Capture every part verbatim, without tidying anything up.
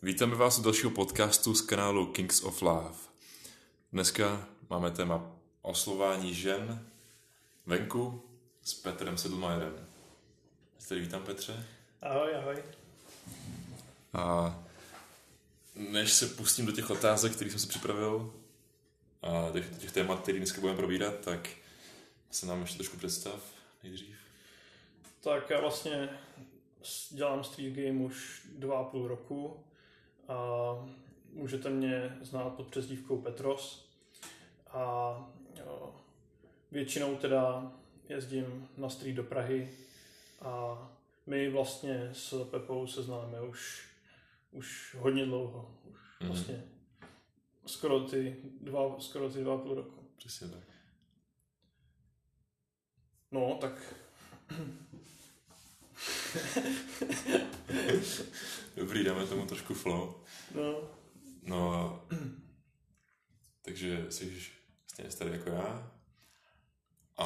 Vítáme vás u dalšího podcastu z kanálu Kings of Love. Dneska máme téma oslovování žen venku s Petrem Sedlmajerem. Tady vítám, Petře. Ahoj, ahoj. A než se pustím do těch otázek, které jsem si připravil, a do těch, těch témat, které dneska budeme probírat, tak se nám ještě trošku představ nejdřív. Tak já vlastně dělám street game už dva a půl roku a můžete mě znát pod přezdívkou Petros a jo, většinou teda jezdím na street do Prahy a my vlastně s Pepou se známe už, už hodně dlouho, už mm-hmm. vlastně skoro ty dva, skoro ty dva a půl roku. Přesně tak. No, tak... Dobrý, dáme tomu trošku flow. No. No a... Takže jsi stejně starý jako já. A...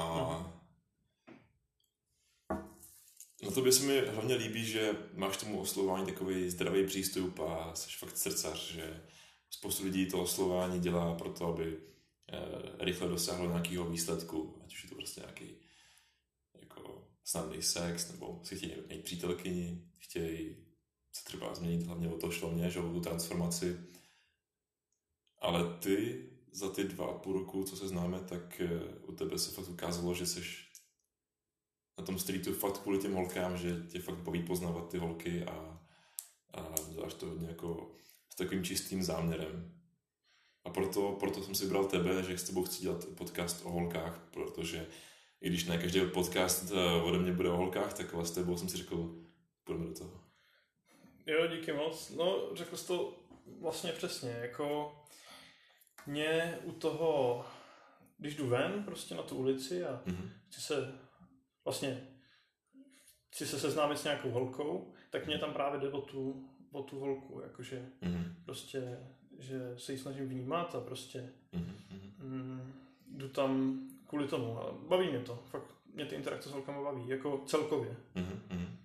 No to by se mi hlavně líbí, že máš tomu oslovování takový zdravý přístup a jsi fakt srdcař, že spoustu lidí to oslovování dělá proto, aby eh, rychle dosáhlo nějakého výsledku, ať už je to prostě nějaký jako snadný sex, nebo si chtějí mít přítelkyni, chtějí se třeba změnit, hlavně o to šlo mě, že o tu transformaci. Ale ty za ty dva a půl roku, co se známe, tak eh, u tebe se fakt ukázalo, že jsi na tom streetu fakt kvůli těm holkám, že tě fakt baví poznávat ty holky a, a děláš to hodně jako s takovým čistým záměrem. A proto, proto jsem si bral tebe, že s tebou chci dělat podcast o holkách, protože i když ne každý podcast ode mě bude o holkách, tak s tebou jsem si řekl, půjdeme do toho. Jo, díky moc. No, řekl jsi to vlastně přesně, jako mě u toho, když jdu ven prostě na tu ulici a mm-hmm. chci se vlastně chci se seznámit s nějakou holkou, tak mě tam právě jde o tu, o tu holku, jakože mm-hmm. prostě, že se jí snažím vnímat a prostě mm-hmm. mm, jdu tam kvůli tomu a baví mě to, fakt mě ty interakce s holkama baví, jako celkově. Mm-hmm.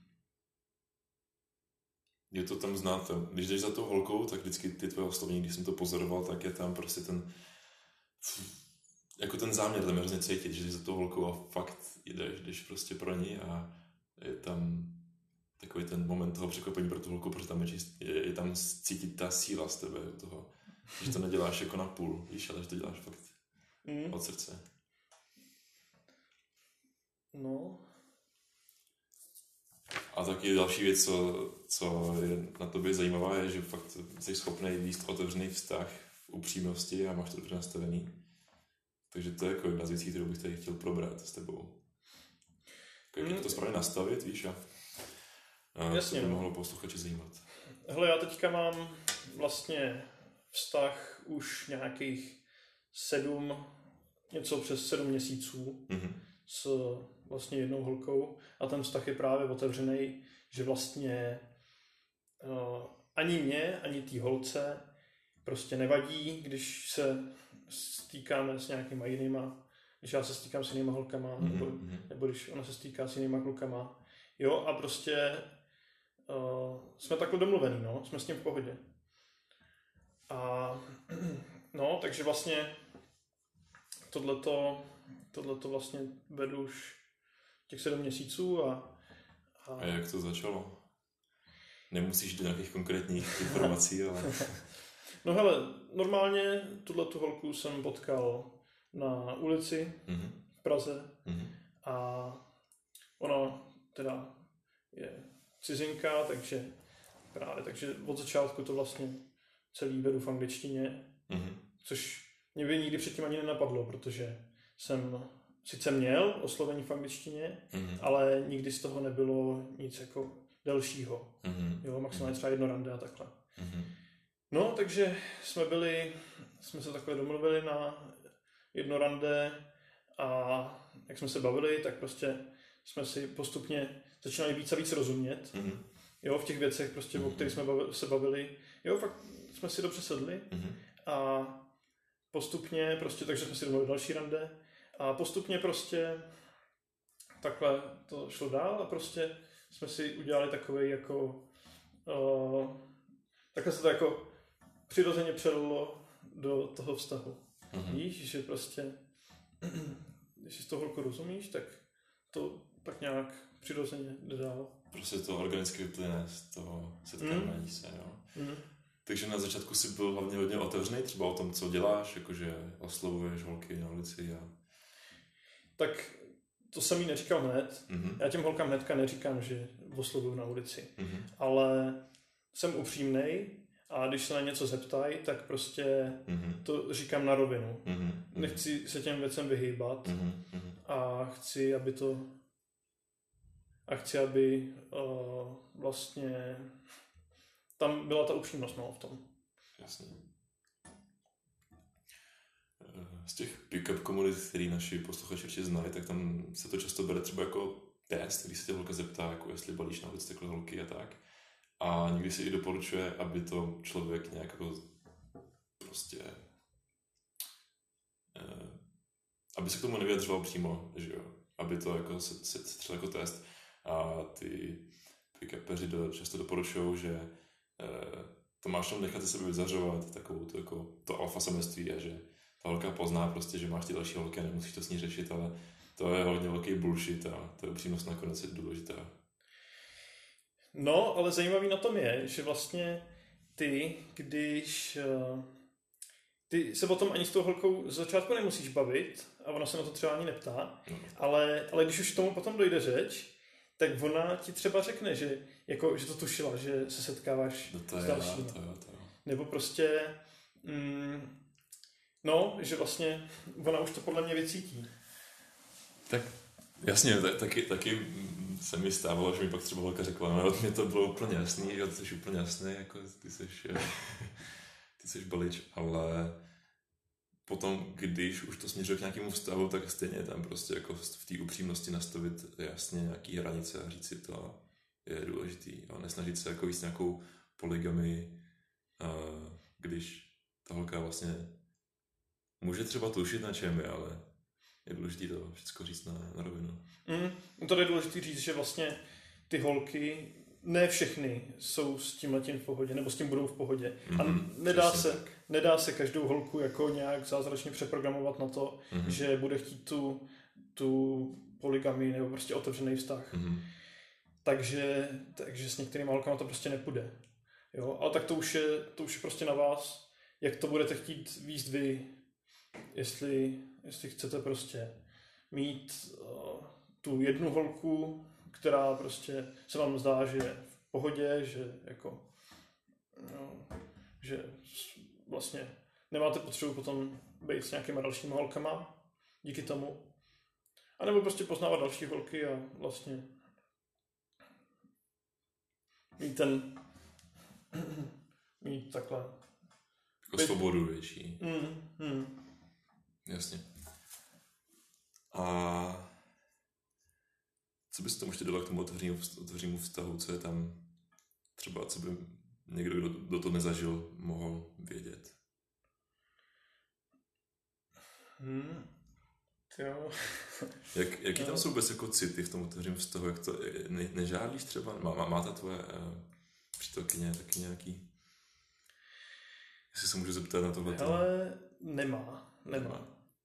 Je to tam znát, když jdeš za tou holkou, tak vždycky ty tvoje oslovení, když jsem to pozoroval, tak je tam prostě ten jako ten záměr tam je hrozně cítit, že jsi za tou holkou a fakt jdeš, jdeš prostě pro ní a je tam takový ten moment toho překvapení pro tu holku, protože tam je, čist, je, je tam cítit ta síla z tebe toho, že to neděláš jako na půl, víš, ale že to děláš fakt mm. od srdce. No. A taky další věc, co, co je na tobě zajímavá, je, že fakt jsi schopný víc otevřený vztah v upřímnosti a máš to dobře nastavený. Takže to je jako jedna z věcí, kterou bych tady chtěl probrat s tebou. Jak mm. to správně nastavit, víš, a, a jasně, to by no. mohlo posluchači zajímat. Hele, já teďka mám vlastně vztah už nějakých sedm, něco přes sedm měsíců mm-hmm. s vlastně jednou holkou a ten vztah je právě otevřený, že vlastně uh, ani mě, ani té holce prostě nevadí, když se stýkáme s nějakýma jinýma, když já se stýkám s jinýma holkama, mm-hmm. nebo, nebo když ona se stýká s jinýma klukama. Jo, a prostě uh, jsme takhle domluvený, no, jsme s tím v pohodě. A no, takže vlastně tohleto, tohleto vlastně vedu už těch sedm měsíců a, a... A jak to začalo? Nemusíš do nějakých konkrétních informací, ale... No hele, normálně tuhletu holku jsem potkal na ulici mm-hmm. v Praze mm-hmm. a ona teda je cizinka, takže právě, takže od začátku to vlastně celý vedu v angličtině, mm-hmm. což mě by nikdy předtím ani nenapadlo, protože jsem sice měl oslovení v angličtině, mm-hmm. ale nikdy z toho nebylo nic jako delšího. Mm-hmm. Jo, maximálně třeba jedno rande a takhle. Mm-hmm. No, takže jsme byli, jsme se takhle domluvili na jedno rande a jak jsme se bavili, tak prostě jsme si postupně začínali víc a víc rozumět. Mm-hmm. Jo, v těch věcech prostě, mm-hmm. o kterých jsme bavili, se bavili. Jo, fakt jsme si dobře sedli mm-hmm. a postupně prostě, takže jsme si domluvili další rande a postupně prostě takhle to šlo dál a prostě jsme si udělali takovej jako uh, takhle se to jako přirozeně přelilo do toho vztahu. Mm-hmm. Víš, že prostě, když si z toho holku rozumíš, tak to tak nějak přirozeně jde dál. Prostě to organicky vyplyne z toho setkávání mm. se, jo. Mm. Takže na začátku si byl hlavně hodně otevřený třeba o tom, co děláš, jakože oslovuješ holky na ulici a... Tak to jsem jí neříkal hned. Mm-hmm. Já těm holkám hnedka neříkám, že oslovuju na ulici. Mm-hmm. Ale jsem upřímnej a když se na něco zeptají, tak prostě mm-hmm. to říkám na rovinu. Mm-hmm. Nechci se těm věcem vyhýbat mm-hmm. a chci, aby to a chci, aby uh, vlastně tam byla ta upřímnost no, v tom. Jasně. Z těch pick-up komunit, který naši posluchači určitě znali, tak tam se to často bere třeba jako test, když se tě holka zeptá, jako jestli balíš na ulici takhle holky a tak. A někdy si i doporučuje, aby to člověk nějak jako prostě eh, aby se k tomu nevyjadřoval přímo, že jo. Aby to jako se, se, se třeba jako test. A ty pick-upeři do, často doporučují, že eh, to máš tam nechat sebe vyzařovat, takovou to, jako, to alfa sameství a že ta holka pozná prostě, že máš ty další holky a nemusíš to s ní řešit, ale to je hodně velký bullshit a ta upřímnost nakonec je důležitá. No, ale zajímavý na tom je, že vlastně ty, když ty se o tom ani s tou holkou z začátku nemusíš bavit a ona se na to třeba ani neptá, no. ale, ale když už k tomu potom dojde řeč, tak ona ti třeba řekne, že, jako, že to tušila, že se setkáváš no s dalšími. To jo, to jo. Nebo prostě mm, no, že vlastně ona už to podle mě vycítí. Tak jasně, taky, taky se mi stávalo, že mi pak třeba holka řekla, no mě to bylo úplně jasný, že ty jsi úplně jasný, jako ty jsi, ty jsi balič, ale potom, když už to směřuje k nějakému vztahu, tak stejně tam prostě jako v té upřímnosti nastavit jasně nějaký hranice a říct si to je důležitý. A nesnažit se jako víc nějakou poligamy, když ta holka vlastně může třeba tušit na čem je, ale je důležitý to všechno říct na, na rovinu. Mm, to je důležitý říct, že vlastně ty holky, ne všechny jsou s tímhletím v pohodě, nebo s tím budou v pohodě. Mm-hmm, a nedá se, nedá se každou holku jako nějak zázračně přeprogramovat na to, mm-hmm. že bude chtít tu, tu polygamii nebo prostě otevřený vztah. Mm-hmm. Takže, takže s některými holkama to prostě nepůjde. Jo? Ale tak to už, je, to už je prostě na vás, jak to budete chtít víct vy, jestli, jestli chcete prostě mít uh, tu jednu holku, která prostě se vám zdá, že je v pohodě, že jako no, že vlastně nemáte potřebu potom být s nějakýma dalšíma holkama díky tomu. A nebo prostě poznávat další holky a vlastně mít ten mít takhle jako být... svobodu větší. Mm, mm. Jasně. A co bys tomu ještě dala k tomu otevřenému vztahu, co je tam třeba, co by někdo, kdo, kdo to nezažil, mohl vědět? Hmm. Jo. Jak, jaký tam jsou vůbec jako city v tom otevřeném vztahu? Jak to, ne, nežádlíš třeba? Má, má, má ta tvoje uh, přítelkyně taky nějaký? Jestli se můžu zeptat na tohle? Ale nemá. Nemá.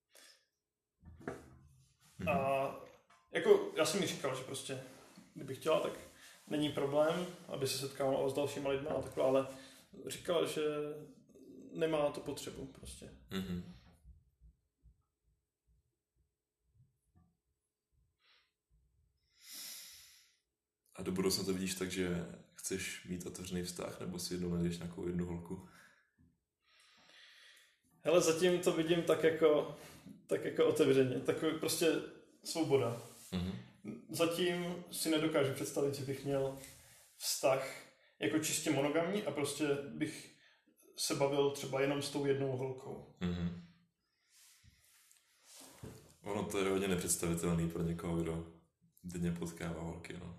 Hmm. A jako já jsem mi říkal, že prostě kdybych chtěla, tak není problém, aby se setkávala s dalšíma lidma a takhle, ale říkala, že nemá to potřebu prostě. Mm-hmm. A do budoucna to vidíš tak, že chceš mít otevřený vztah, nebo si jednou najdeš nějakou jednu holku? Hele, zatím to vidím tak jako, tak jako otevřeně, takový prostě svoboda. Mm-hmm. Zatím si nedokážu představit, že bych měl vztah jako čistě monogamní a prostě bych se bavil třeba jenom s tou jednou holkou. Mm-hmm. Ono to je hodně nepředstavitelný pro někoho, kdo denně potkává holky, no.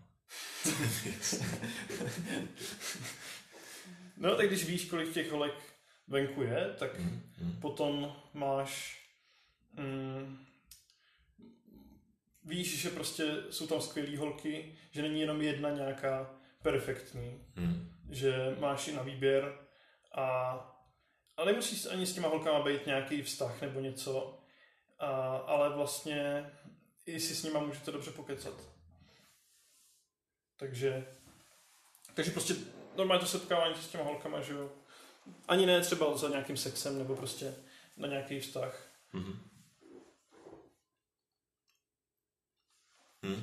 No tak když víš, kolik těch holek venku je, tak mm-hmm. potom máš mm, víš, že prostě jsou tam skvělý holky, že není jenom jedna nějaká perfektní. Mm. že máš i na výběr a, a nemusíš ani s těma holkama být nějaký vztah nebo něco, a, ale vlastně i si s nima můžete dobře pokecat. Takže, takže prostě normálně to setkávání s těma holkama, že jo, ani ne třeba za nějakým sexem nebo prostě na nějaký vztah. Mm-hmm. Hmm.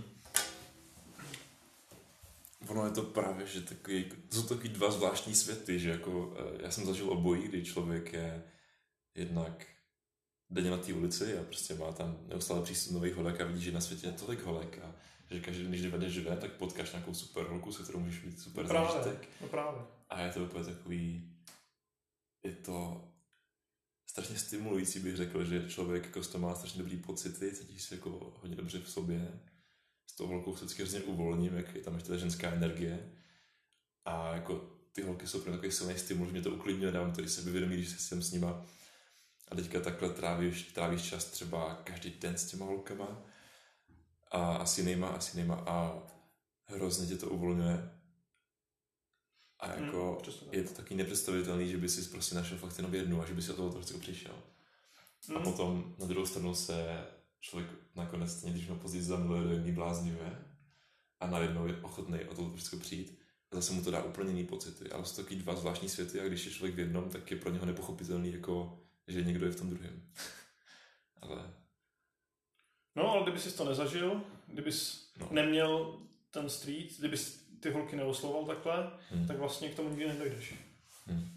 Ono je to právě, že takový, to jsou takový dva zvláštní světy, že jako já jsem zažil obojí, kdy člověk je jednak denně na té ulici a prostě má tam neustále přístup nových holek a vidí, že na světě je tolik holek a že každý, když jdeš ven, tak potkáš nějakou super holku, se kterou můžeš mít super zážitek. No právě. A je to úplně takový, je to strašně stimulující, bych řekl, že člověk jako z toho má strašně dobrý pocity, cítíš se jako hodně dobře v sobě. S tou holkou se vždycky hrozně uvolním, jak je tam ještě ta ženská energie. A jako ty holky jsou pro mě takový silný stimul, že mě to uklidňuje, dám to i sebevědomí, když jsem s nima. A teďka takhle trávíš, trávíš čas třeba každý den s těma holkama. A asi nejma, asi nejma. A hrozně tě to uvolňuje. A jako hmm, je to taky nepředstavitelný, že by si prostě našel fakt jenom jednu a že by si o toho trošku přišel. Hmm. A potom na druhou stranu se člověk nakonec, když mě později zamiluje do jedný bláznivé a najednou je ochotný o to všechno přijít a zase mu to dá úplně jiný pocity. Ale jsou taky dva zvláštní světy a když je člověk v jednom, tak je pro něho nepochopitelný, jako, že někdo je v tom druhém. ale... No, ale kdyby jsi to nezažil, kdybys no. neměl ten street, kdybys ty holky neoslovoval takhle, hmm. tak vlastně k tomu nikdy nedojdeš. Hmm.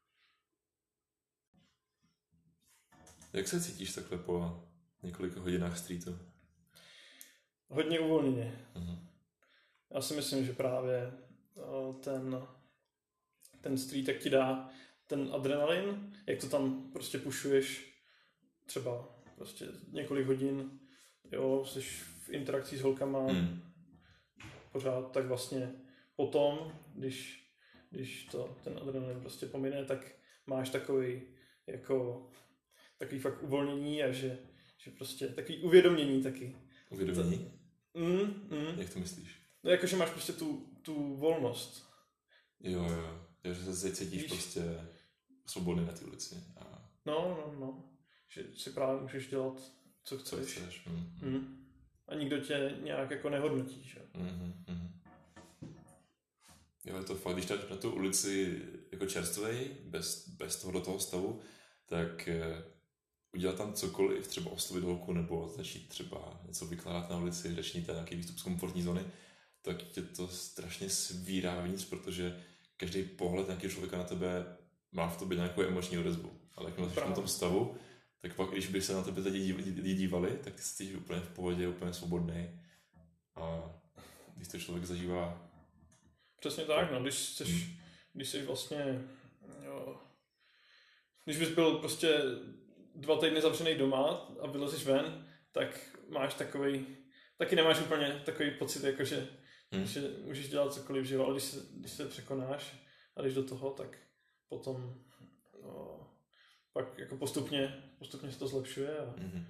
Jak se cítíš takhle po několika hodinách streetu? Hodně uvolněně. Uh-huh. Já si myslím, že právě ten, ten street tak ti dá ten adrenalin, jak to tam prostě pušuješ třeba prostě několik hodin, jo, jsi v interakci s holkama uh-huh. pořád, tak vlastně potom, když, když to, ten adrenalin prostě pomine, tak máš takový jako takový fakt uvolnění a že že prostě takový uvědomění taky. Uvědomění? Mm, mm. Jak to myslíš? No jakože máš prostě tu, tu volnost. Jo, jo. Jo, že se cítíš Víš? prostě svobodný na té ulici. A... No, no, no. Že si právě můžeš dělat, co chceš. Co chceš. Mm, mm. Mm. A nikdo tě nějak jako nehodnotí, že? Mm, mm. Jo, je to fakt, když jdeš na tu ulici jako čerstvej, bez, bez toho do toho stavu, tak... udělat tam cokoliv, třeba oslovit holku nebo začít třeba něco vykládat na ulici, řečníte nějaký výstup z komfortní zóny, tak tě to strašně svírá vnitř, protože každý pohled nějakého člověka na tebe má v tobě nějakou emoční odezvu. Ale jak jsi na tom stavu, tak pak, když by se na tebe lidi dívali, tak ty se cítíš úplně v pohodě, úplně svobodný. A když to člověk zažívá... Přesně tak, no, když jsi, hmm. když jsi vlastně... Jo, když bys byl prostě dva týdny zavřený doma a vylezeš ven, tak máš takový, taky nemáš úplně takový pocit, jako že, hmm. že můžeš dělat cokoliv, že jo, ale když se, když se překonáš a když do toho, tak potom no, pak jako postupně, postupně se to zlepšuje a hmm.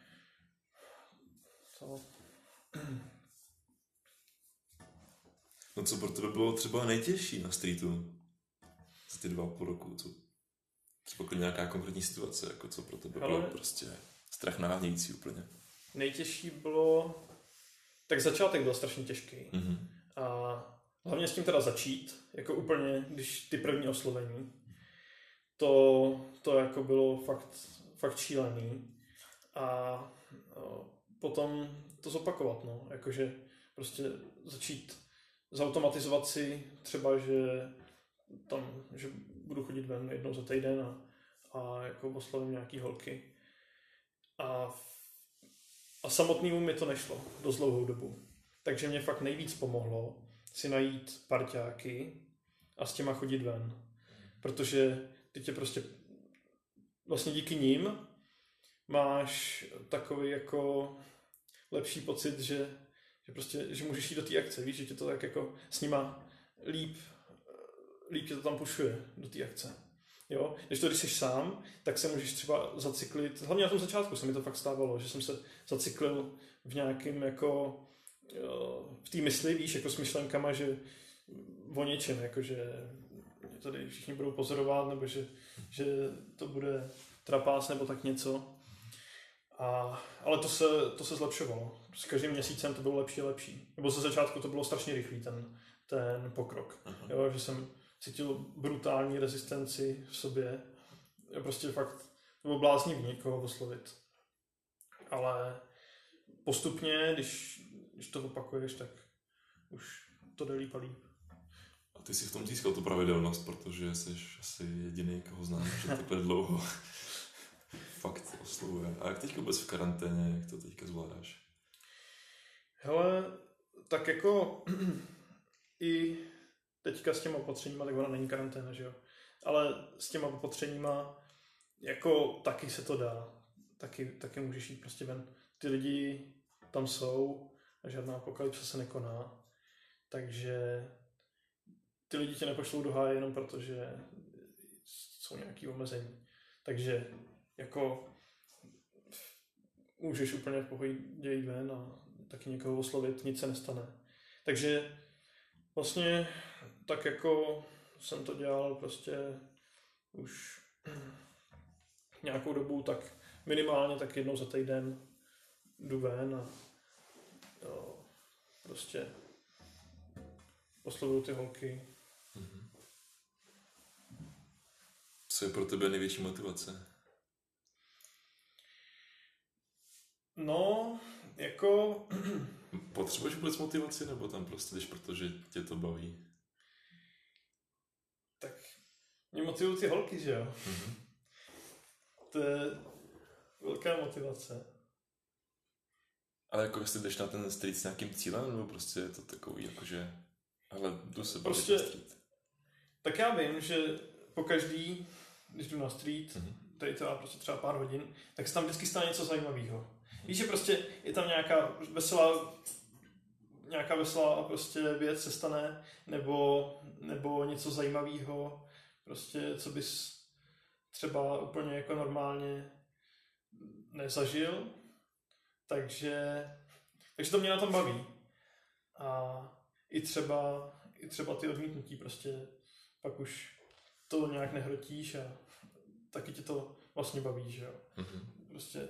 to... No co pro tebe bylo třeba nejtěžší na streetu za ty dva a půl roku, co? Třeba nějaká konkrétní situace, jako co pro tebe bylo prostě strach náhnějící úplně. Nejtěžší bylo, tak začátek byl strašně těžký. Mm-hmm. A hlavně s tím teda začít, jako úplně, když ty první oslovení, to, to jako bylo fakt, fakt šílený. A potom to zopakovat, no, jakože prostě začít zautomatizovat si třeba, že tam, že budu chodit ven jednou za týden a, a jako oslovím nějaký holky. A, a samotnému mi to nešlo dost dlouhou dobu. Takže mě fakt nejvíc pomohlo si najít parťáky a s těma chodit ven. Protože ty tě prostě vlastně díky nim máš takový jako lepší pocit, že, že prostě, že můžeš jít do té akce, víš, že tě to tak jako s nima líp líp tě to tam pušuje do té akce. Jo? Když to, když jsi sám, tak se můžeš třeba zacyklit, hlavně na tom začátku se mi to fakt stávalo, že jsem se zacyklil v nějakém jako v té mysli, víš, jako s myšlenkama, že, o něčem, jakože tady všichni budou pozorovat, nebo že, že to bude trapás, nebo tak něco. A, ale to se, to se zlepšovalo. S každým měsícem to bylo lepší a lepší. Nebo ze začátku to bylo strašně rychlý, ten, ten pokrok. Jo, že jsem cítil brutální rezistenci v sobě. Prostě fakt to bylo bláznivý někoho oslovit. Ale postupně, když, když to opakuješ, tak už to jde líp a líp. A ty jsi v tom získal tu pravidelnost, protože jsi asi jediný, koho znám, že takhle dlouho fakt oslovuje. A jak teďka vůbec v karanténě, jak to teďka zvládáš? Hele, tak jako i teďka s těma opatřeníma, tak ona není karanténa, že jo? Ale s těma opatřeníma jako taky se to dá. Taky, taky můžeš jít prostě ven. Ty lidi tam jsou a žádná apokalypsa se nekoná. Takže ty lidi tě nepošlou do háje jenom proto, že jsou nějaký omezení. Takže jako můžeš úplně v pohodě jít ven a taky někoho oslovit, nic se nestane. Takže vlastně tak jako jsem to dělal prostě už nějakou dobu, tak minimálně tak jednou za týden jdu ven a jo, prostě oslovuju ty holky. Mm-hmm. Co je pro tebe největší motivace? No, jako... Potřebuješ vůbec motivaci, nebo tam prostě jdeš, protože tě to baví? Tak mě motivují ty holky, že jo? Mm-hmm. To je velká motivace. Ale jako jestli jdeš na ten street s nějakým cílem, nebo prostě je to takový, jakože... Ale jdu se prostě, bavit na street. Tak já vím, že po každý, když jdu na street, mm-hmm. tady to má prostě třeba pár hodin, tak se tam vždycky stane něco zajímavého. Mm-hmm. Víš, že prostě je tam nějaká veselá nějaká veselá prostě věc se stane, nebo, nebo něco zajímavého, prostě co bys třeba úplně jako normálně nezažil, takže, takže to mě na tom baví. A i třeba, i třeba ty odmítnutí prostě pak už to nějak nehrotíš a taky tě to vlastně baví, že jo. Mm-hmm. Prostě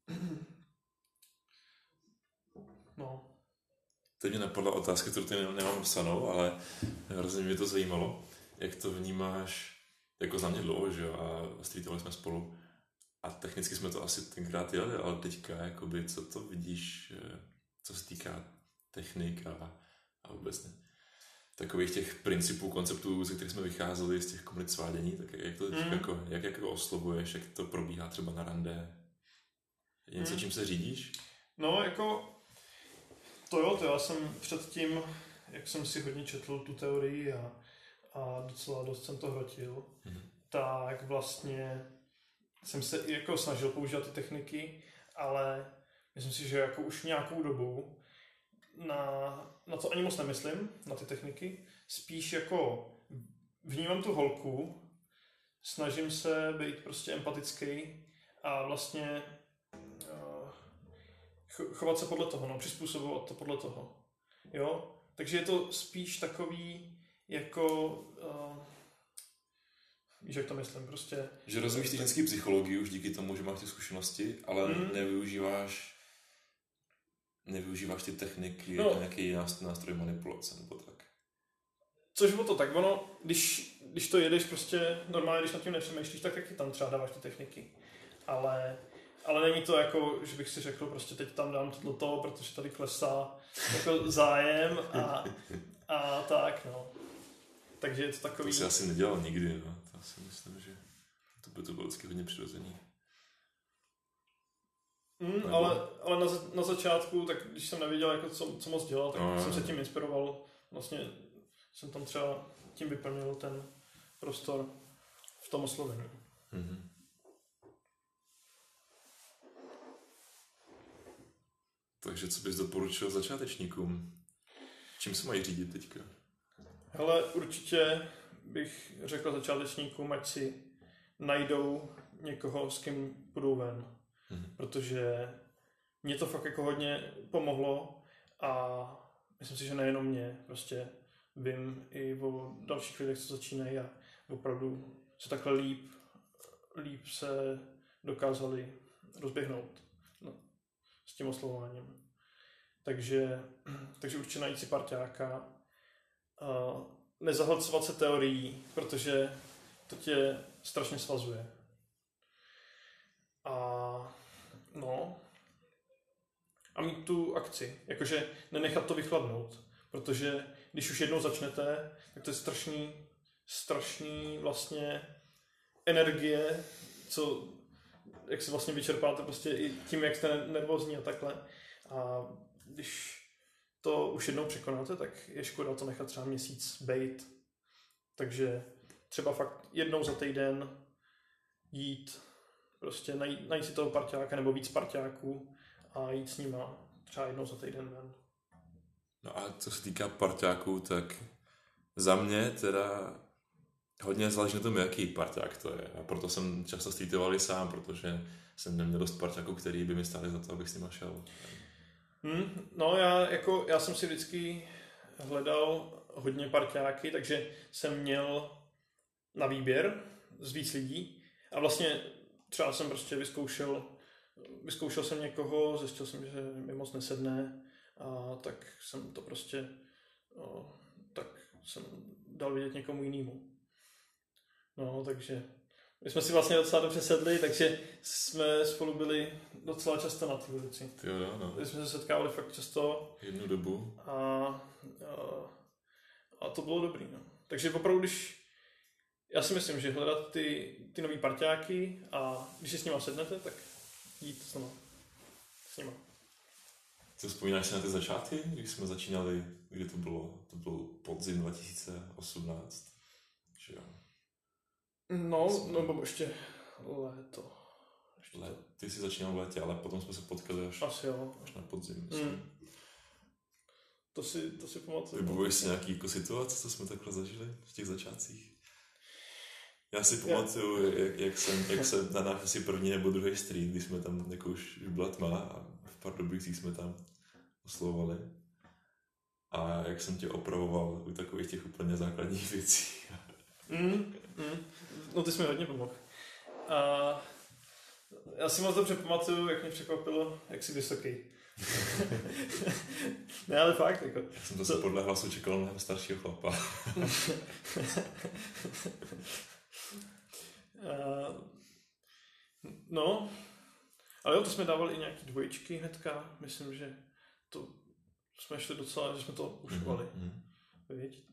no. Teď mě napadla otázka, kterou tady nemám psanou, ale hrozně mě to zajímalo. Jak to vnímáš, jako znám mě dlouho, že jo, a streetovali jsme spolu a technicky jsme to asi tenkrát jeli, ale teďka, jakoby, co to vidíš, co se týká technik a, a vůbec ne. Takových těch principů, konceptů, ze kterých jsme vycházeli, z těch komunit svádění, tak jak to teďka, mm. jako, jak, jak oslovuješ, jak to probíhá třeba na rande? Je něco, mm. čím se řídíš? No, jako to jo, to já jsem předtím, jak jsem si hodně četl tu teorii a, a docela dost jsem to hrotil, mm. tak vlastně jsem se i jako snažil používat ty techniky, ale myslím si, že jako už nějakou dobu na, na to ani moc nemyslím, na ty techniky, spíš jako vnímám tu holku, snažím se být prostě empatický a vlastně chovat se podle toho, no, přizpůsobovat to podle toho. Jo? Takže je to spíš takový jako uh, víš, jak to myslím, prostě... Že rozumíš ty ženský psychologii už díky tomu, že máš ty zkušenosti, ale mm. nevyužíváš nevyužíváš ty techniky no. jako nějaký nástroj manipulace nebo tak. Což bylo to tak, ono, když, když to jedeš prostě normálně, když nad tím nepřemýšlíš, tak taky tam třeba dáváš ty techniky. Ale Ale není to jako, že bych si řekl, prostě teď tam dám toto, protože tady klesá jako zájem a, a tak, no. Takže je to takový... To si asi nedělal nikdy, no. To si myslím, že to by to bylo vždycky hodně přirozený. Mm, ale ale na, na začátku, tak když jsem nevěděl, jako co, co moc dělat, tak no, jsem se tím inspiroval. Vlastně jsem tam třeba tím vyplnil ten prostor v tom oslovení. Mm-hmm. Takže co bys doporučil začátečníkům? Čím se mají řídit teďka? Hele, určitě bych řekl začátečníkům, ať si najdou někoho, s kým půjdou ven. Hmm. Protože mě to fakt jako hodně pomohlo a myslím si, že nejenom mě. Prostě vím i o dalších lidech, co začínají a opravdu se takhle líp, líp se dokázali rozběhnout no, s tím oslovováním. Takže, takže určitě najít si parťáka, a nezahlcovat se teorií, protože to tě strašně svazuje. A no, a mít tu akci, jakože nenechat to vychladnout, protože když už jednou začnete, tak to je strašný, strašný vlastně energie, co, jak se vlastně vyčerpáte prostě i tím, jak jste nervózní a takhle. A když to už jednou překonáte, tak je škoda to nechat třeba měsíc bejt. Takže třeba fakt jednou za týden jít, prostě najít, najít si toho parťáka nebo víc parťáků a jít s nima třeba jednou za týden ven. No a co se týká parťáků, tak za mě teda hodně záleží na tom, jaký parťák to je. A proto jsem často streetoval i sám, protože jsem neměl dost parťáků, který by mi stáli za to, abych s nima šel. Hmm, no já, jako, já jsem si vždycky hledal hodně parťáky, takže jsem měl na výběr z víc lidí a vlastně třeba jsem prostě vyzkoušel, vyzkoušel jsem někoho, zjistil jsem, že mi moc nesedne a tak jsem to prostě, no, tak jsem dal vidět někomu jinému. No, takže my jsme si vlastně docela dobře sedli, takže jsme spolu byli docela často na té ulici. Jo, jo, no. My jsme se setkávali fakt často. Jednu dobu. A, a, a to bylo dobrý, no. Takže opravdu, když já si myslím, že hledat ty, ty nový parťáky a když si s nima sednete, tak jít s nima. S nima. Co vzpomínáš si na ty začátky, když jsme začínali, kdy to bylo? To byl podzim dva tisíce osmnáct. Že jo? No, jsme... no, nebo ještě léto. Ještě Let. Ty jsi začínal v létě, ale potom jsme se potkali až, Asi jo. až na podzim. Mm. To si, to si pamatuju. Vybavuješ si nějaký jako situace, co jsme takhle zažili v těch začátcích? Já si pamatuju, jak, jak, jsem, jak jsem na nás asi první nebo druhý street, kdy jsme tam jako už byla tma a v pár dobých jsme tam oslovovali. A jak jsem tě opravoval u takových těch úplně základních věcí. Mm, mm. No ty jsi mi hodně pomohl. A já si moc dobře pamatuju, jak mě překvapilo, jak jsi vysoký. Ne, ale fakt, jako. Já jsem zase podle hlasu čekal mnohem staršího chlapa. uh, no, ale jo, to jsme dávali i nějaký dvojičky hnedka. Myslím, že to jsme šli docela, že jsme to ušovali. Mm-hmm. Víš?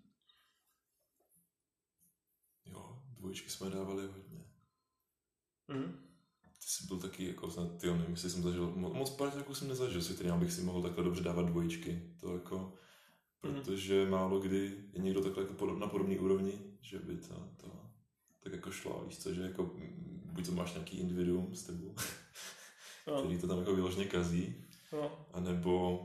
Jo, dvojičky jsme dávali hodně. Mm. Ty jsi byl taky, jako snad, tyjo, nevím, jestli jsem zažil, moc parťáků jsem nezažil, si kterým bych si mohl takhle dobře dávat dvojičky. To jako, protože mm. málo kdy je někdo takhle jako podob, na podobné úrovni, že by to, to tak jako šlo, víš co, že jako, buď to máš nějaký individuum s tebou, no. který to tam jako vyloženě kazí, no. anebo,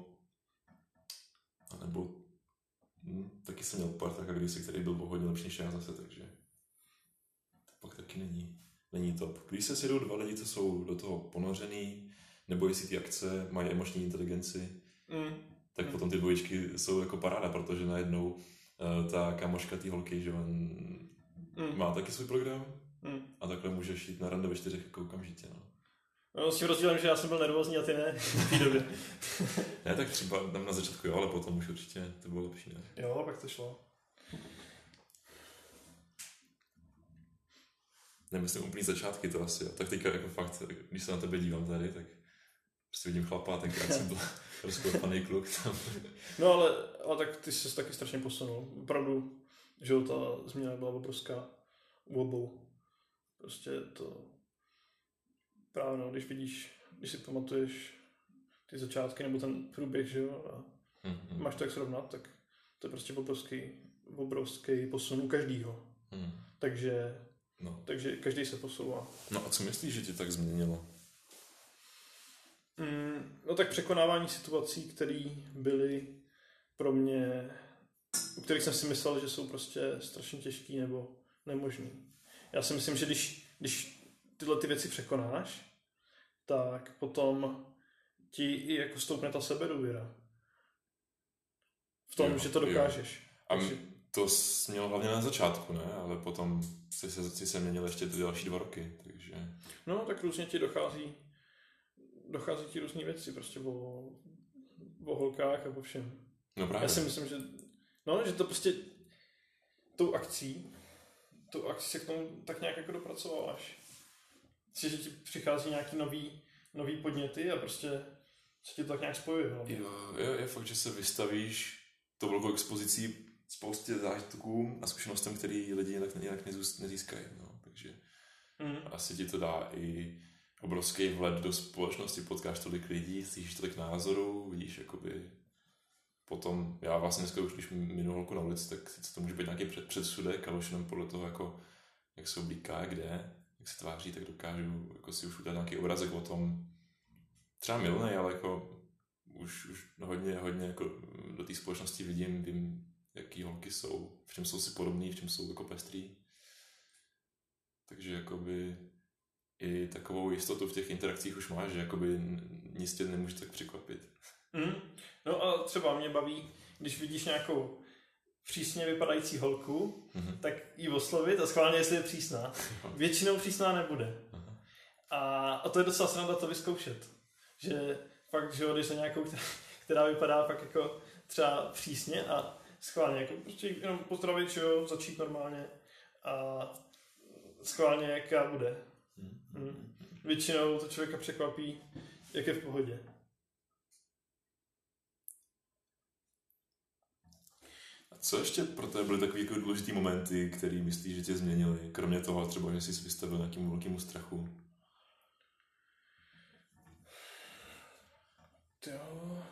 anebo hm, taky jsem měl parťáka kdysi, který byl hodně lepší než já zase, takže to pak taky není. Není top. Když se sjedou dva lidi, co jsou do toho ponořený, nebo jestli ty akce mají emoční inteligenci, mm. tak mm. potom ty dvojičky jsou jako paráda, protože najednou uh, ta kamoška té holky, že on mm. má taky svůj program mm. a takhle můžeš jít na rande ve čtyřech jako okamžitě. No. No, s tím rozdílem, že já jsem byl nervózní a ty ne. V té době. Ne, tak třeba tam na začátku jo, ale potom už určitě to bylo lepší, ne? Jo, pak to šlo. Nemyslím úplný začátky to asi, jo. Tak teďka jako fakt, když se na tebe dívám tady, tak prostě vidím chlapa, tenkrát jsem byl rozkoupaný kluk tam. No ale, ale tak ty jsi taky strašně posunul. Opravdu, že ta změna byla obrovská u obou. Prostě to právě no, když vidíš, když si pamatuješ ty začátky nebo ten průběh, že jo, a mm-hmm. máš to jak srovnat, tak to je prostě obrovský, obrovský posun u každýho. Mm. Takže No. Takže každý se posouvá. No a co myslíš, že tě tak změnilo? Mm, no tak překonávání situací, které byly pro mě, u kterých jsem si myslel, že jsou prostě strašně těžký nebo nemožný. Já si myslím, že když, když tyhle ty věci překonáš, tak potom ti i jako stoupne ta sebedůvěra. V tom, jo, že to dokážeš. Jo. A to jsi měl hlavně na začátku, ne? Ale potom jsi se, jsi se měnil ještě ty další dva roky, takže... No, tak různě ti dochází, dochází ti různý věci, prostě o, o holkách a o všem. No právě. Já si myslím, že, no, že to prostě tou akcí, tou akcí se k tomu tak nějak jako dopracováváš. Že ti přichází nějaký nový, nový podněty a prostě se ti to tak nějak spojuje. No? Jo, je, je fakt, že se vystavíš tou velkou expozicí spoustě zážitkům a zkušenostem, který lidi jinak, jinak nezískají. No. Takže mm. asi ti to dá i obrovský vhled do společnosti, potkáš tolik lidí, slyšíš tolik názorů, vidíš jakoby potom, já vlastně dneska už když minu holku na ulici, tak sice to může být nějaký před, předsudek, ale už jenom podle toho, jako, jak se oblíká, kde, jak se tváří, tak dokážu jako si už udělat nějaký obrazek o tom, třeba milnej, ale jako už, už hodně, hodně jako do té společnosti vidím, vím, jaký holky jsou, v čem jsou si podobný, v čem jsou jako pestrý. Takže jakoby i takovou jistotu v těch interakcích už máš, že jakoby nic tě nemůže tak překvapit. Mm. No a třeba mě baví, když vidíš nějakou přísně vypadající holku, mm-hmm. tak ji oslovit a schválně, jestli je přísná. Většinou přísná nebude. A, a to je docela sranda to vyzkoušet. Že fakt, že jdeš za nějakou, která, která vypadá fakt jako třeba přísně a schválně, jako prostě jenom pozdravit, že jo, začít normálně a schválně, jaká bude. Mm. Většinou to člověka překvapí, jak je v pohodě. A co ještě pro tebe byly takový jako důležitý momenty, který myslíš, že tě změnily? Kromě toho třeba, že jsi vystavil nějakému velkému strachu? Jo.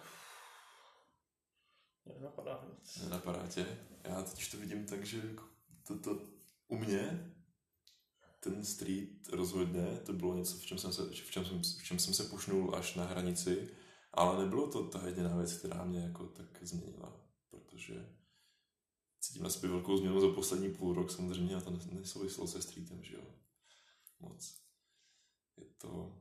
Nenapadá nic. Nenapadá tě? Já teď to vidím tak, že to, to u mě ten street rozhodně, to bylo něco, v čem jsem se, v čem jsem, v čem jsem se pušnul až na hranici, ale nebylo to ta jediná věc, která mě jako tak změnila, protože cítím na sobě velkou změnu za poslední půl rok, samozřejmě a to nesouvislo se streetem, že jo, moc. Je to...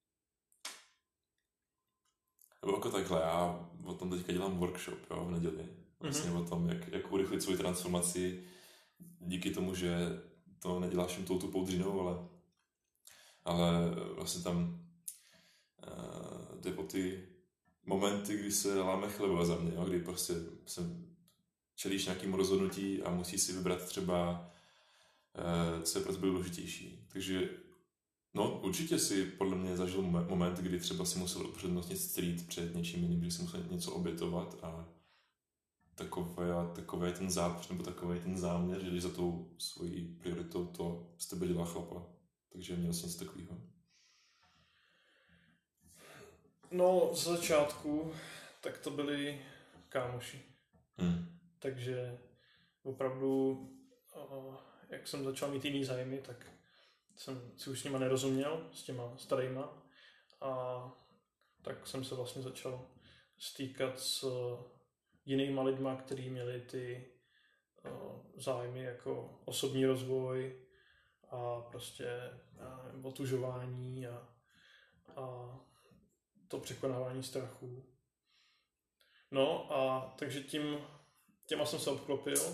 Nebo jako takhle, já o tom teďka dělám workshop, jo, v neděli. Vlastně mm-hmm. o tom, jak, jak urychlit svou transformaci díky tomu, že to neděláš jen tou tupou dřinou, ale, ale vlastně tam uh, jde po ty momenty, kdy se láme chleba za mě, jo, kdy prostě jsem čelíš nějakému rozhodnutí a musíš si vybrat třeba, uh, co je pro tebe důležitější. Takže no, určitě si podle mě zažil moment, kdy třeba si musel upřednostnit street před něčím jiným, kdy si musel něco obětovat a takové, takové ten zápř, nebo takový ten záměr, že když za tou svojí prioritou to z tebe dělá chlapa. Takže měl jsi něco takového? No, z začátku tak to byli kámoši. Hmm. Takže opravdu, jak jsem začal mít jiný zájmy, tak jsem si už s nima nerozuměl, s těma starýma, a tak jsem se vlastně začal stýkat s jinýma lidma, kteří měli ty zájmy jako osobní rozvoj a prostě otužování a, a to překonávání strachů. No a takže tím, těma jsem se obklopil.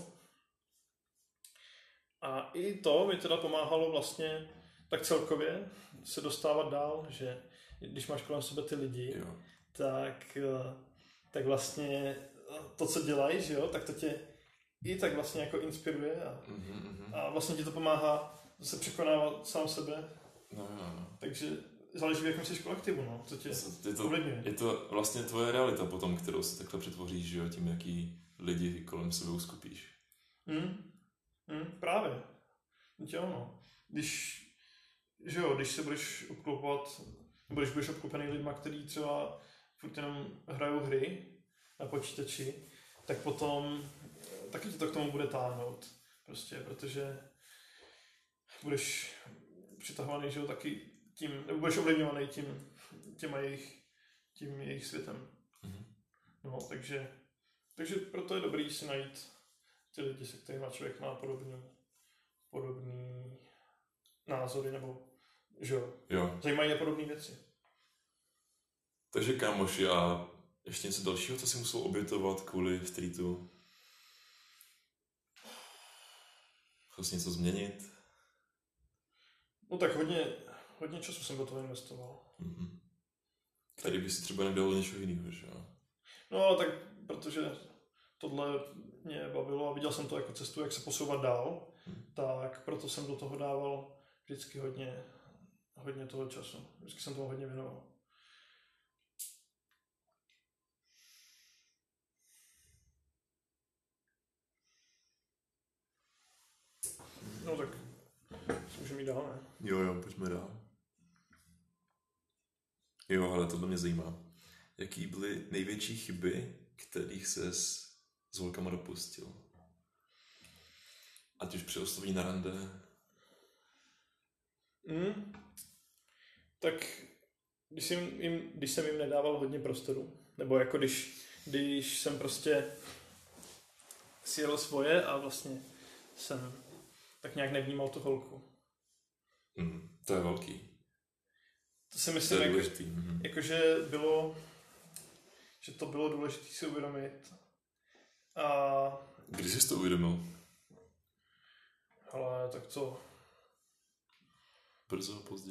A i to mi teda pomáhalo vlastně tak celkově se dostávat dál, že když máš kolem sebe ty lidi, jo. tak tak vlastně to, co dělají, že jo, tak to tě i tak vlastně jako inspiruje a, mm-hmm. a vlastně ti to pomáhá se překonávat sám sebe. No, no, no. Takže záleží, v jakém jsi kolektivu, no, co tě je to, ovlivňuje. Je to vlastně tvoje realita potom, kterou si takhle přetvoříš, že jo, tím, jaký lidi kolem sebe uskupíš. Mm. Mm, právě. Jo, no. Když, že jo, když se budeš obklopovat, nebo když budeš obklopený lidma, kteří třeba furt jenom hrajou hry na počítači, tak potom taky tě to k tomu bude táhnout. Prostě, protože budeš přitahovaný, že jo, taky tím, nebo budeš ovlivňovaný tím, těma jejich, tím jejich světem. Mm-hmm. No, takže, takže proto je dobrý si najít ty lidi, se kterými člověk má podobný, podobný názory, nebo že jo, zajímají podobné věci. Takže kámoši, a ještě něco dalšího, co jsi musel obětovat kvůli streetu? Chtěl jsi něco změnit? No tak hodně, hodně času jsem do toho investoval. Mm-hmm. Tady by si třeba nedalo něčeho jiného, že jo? No tak, protože tohle mě bavilo a viděl jsem to jako cestu, jak se posouvat dál, hmm. tak proto jsem do toho dával vždycky hodně, hodně toho času. Vždycky jsem tomu hodně věnoval. No tak, můžeme jít dál, ne? Jo, jo, pojďme dál. Jo, ale to mě zajímá. Jaký byly největší chyby, kterých ses s holkama dopustil? Ať už při oslovení na rande. Mm. Tak když jsem, jim, když jsem jim nedával hodně prostoru, nebo jako když, když jsem prostě sjel svoje a vlastně jsem tak nějak nevnímal tu holku. Mm, to je velký. To si myslím, to jako, mm-hmm. jako, že bylo, že to bylo důležité si uvědomit. A... Kdy jsi to uvědomil? Ale tak to... Brzo, pozdě?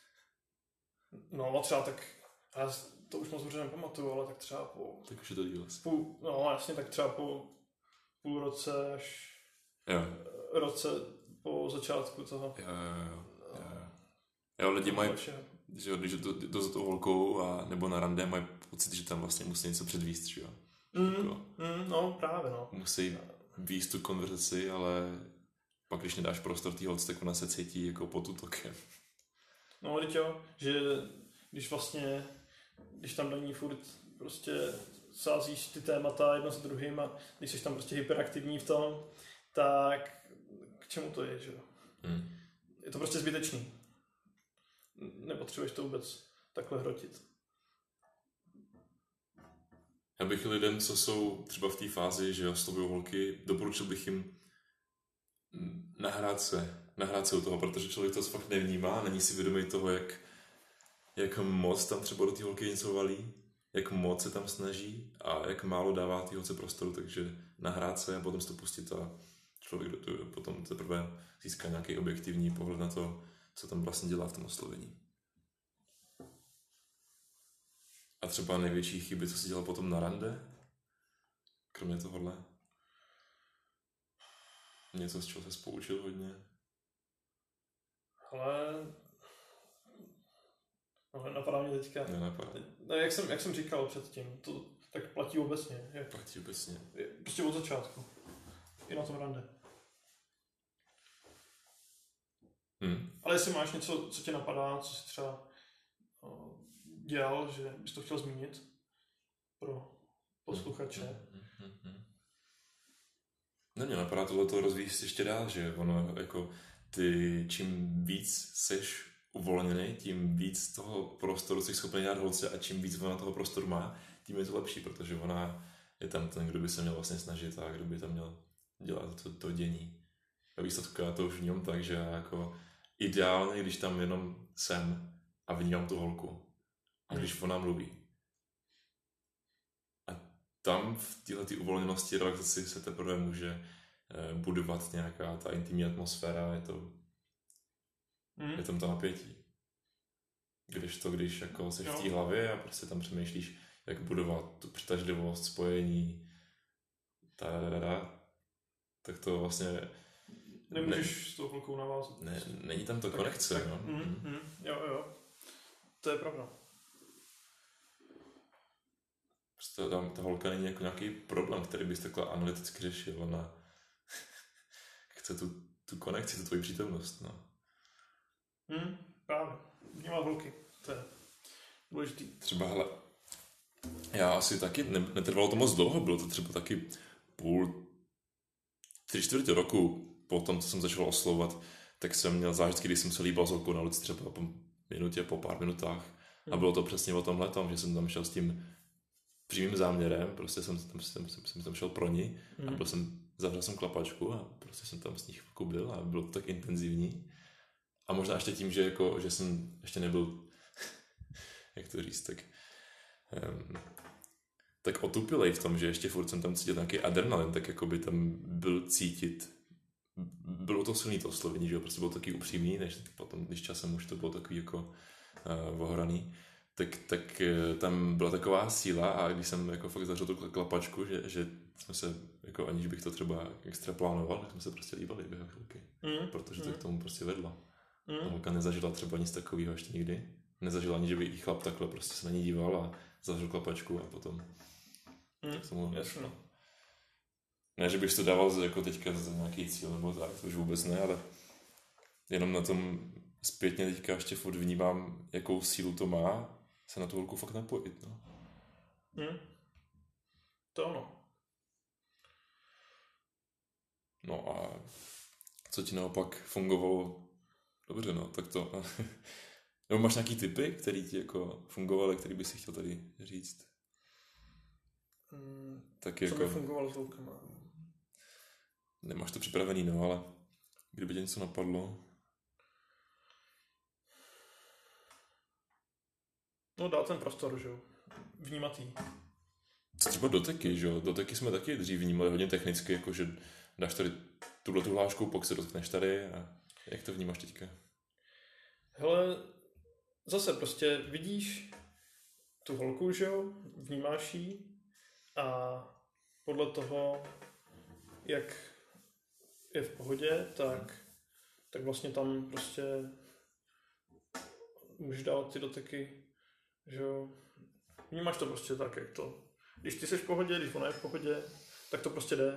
No, třeba tak... Já to už moc dobře nepamatuju, ale tak třeba po... Tak už je to díl. Půl, no, jasně, tak třeba po půl roce až... Jo. Roce po začátku toho. Jo, jo, jo. jo. Jo, lidi mají... Že když jdou za tou holkou a nebo na rande, mají pocit, že tam vlastně musí něco předvíst, že jo? Mm, jako, mm, no, právě, no. Musí víst tu konverzaci, ale pak, když nedáš prostor té holce, tak ona se cítí jako pod útokem. No, teď jo, že když vlastně, když tam do ní furt prostě sázíš ty témata jedno za druhým a když jsi tam prostě hyperaktivní v tom, tak k čemu to je, že jo? Mm. Je to prostě zbytečný. Nepotřebuješ to vůbec takhle hrotit. Já bych lidem, co jsou třeba v té fázi, že oslovují holky, doporučil bych jim nahrát se, nahrát se u toho, protože člověk to fakt nevnímá, není si vědomý toho, jak, jak moc tam třeba do té holky něco valí, jak moc se tam snaží a jak málo dává té holce prostoru, takže nahrát se a potom se to pustit a člověk potom teprve získá nějaký objektivní pohled na to, co tam vlastně dělá v tom oslovení. A třeba největší chyby, co jsi dělal potom na rande? Kromě tohohle? Něco, z čeho ses poučil hodně? Ale... No, napadá mě teďka. Nenapadá. No, jak, jsem, jak jsem říkal předtím, to tak platí obecně. Jak... Platí obecně. Prostě od začátku. I na tom rande. Hmm. Ale jestli máš něco, co tě napadá, co jsi třeba uh, dělal, že bys to chtěl zmínit pro posluchače. Hmm. Hmm. Hmm. No mě napadá tohleto rozvíjet ještě dál, že ono jako ty čím víc seš uvolněný, tím víc toho prostoru jsi schopný dát holce a čím víc ona toho prostoru má, tím je to lepší, protože ona je tam ten, kdo by se měl vlastně snažit a kdo by tam měl dělat to, to dění. A výsledku já to už vnímám tak, že já jako ideálně, když tam jenom jsem a vnímám tu holku. A když ona mluví. A tam v této uvolněnosti relaxaci se teprve může budovat nějaká ta intimní atmosféra, je to mm. je tam to napětí. Když to, když jako jsi v té hlavě a prostě tam přemýšlíš, jak budovat tu přitažlivost, spojení, tadadada, tak to vlastně nemůžeš ne, s tou holkou navázat. Ne, není tam to tak, konekce, tak, no. Mm, mm, jo, jo. To je pravda. Prostě tam ta holka není jako nějaký problém, který bys takhle analyticky řešil. Ona chce tu, tu konekci, tu tvoji přítomnost, no. Mm, právě. Vnímá holky. To je důležitý. Třeba, hele, já asi taky, ne, netrvalo to moc dlouho, bylo to třeba taky půl, tři čtvrtě roku po tom, co jsem začal oslovovat, tak jsem měl zážitky, když jsem se líbal s holkou na ulici třeba po minutě, po pár minutách. A bylo to přesně o tomhletom, že jsem tam šel s tím přímým záměrem, prostě jsem tam, jsem, jsem, jsem tam šel pro ní a byl jsem, zavřel jsem klapačku a prostě jsem tam s ní chvilku byl a bylo to tak intenzivní. A možná ještě tím, že, jako, že jsem ještě nebyl, jak to říct, tak, um, tak otupilej v tom, že ještě furt jsem tam cítil nějaký adrenalin, tak jako by tam byl cítit bylo to silný to oslovení, že jo, prostě bylo taky upřímný, než potom, když časem už to bylo takový jako uh, ohraný, tak, tak uh, tam byla taková síla a když jsem jako fakt zažil tu klapačku, že, že jsme se, jako aniž bych to třeba extra plánoval, tak jsme se prostě líbali během chvilky, mm. protože to mm. k tomu prostě vedla. Mm. A holka nezažila třeba nic takového ještě nikdy. Nezažila ani, že by jí chlap takhle prostě se na ní díval a zažil klapačku a potom mm. tak tomu Jasně. Ne, že bych to dával jako teďka za nějaký cíl nebo tak, to už vůbec ne, ale jenom na tom zpětně teďka ještě furt vnímám, jakou sílu to má se na tu holku fakt napojit, no. Mm. To ono. No a co ti naopak fungovalo dobře, no, tak to... Nebo máš nějaký tipy, který ti jako fungovaly, který bys si chtěl tady říct? Mm, tak co jako... by fungovalo s holkama? Nemáš to připravený, no, ale kdyby tě něco napadlo... No dá ten prostor, že jo. Vnímat jí. Třeba doteky, že jo. Doteky jsme taky dřív vnímali hodně technicky, jako že dáš tady tuhle tu hlášku, pak se dotkneš tady a jak to vnímáš teďka? Hele, zase prostě vidíš tu holku, že jo, vnímáš jí a podle toho, jak je v pohodě, tak, tak vlastně tam prostě můžeš dávat ty doteky, že jo. Vnímáš to prostě tak, jak to. Když ty jsi v pohodě, když ona je v pohodě, tak to prostě jde.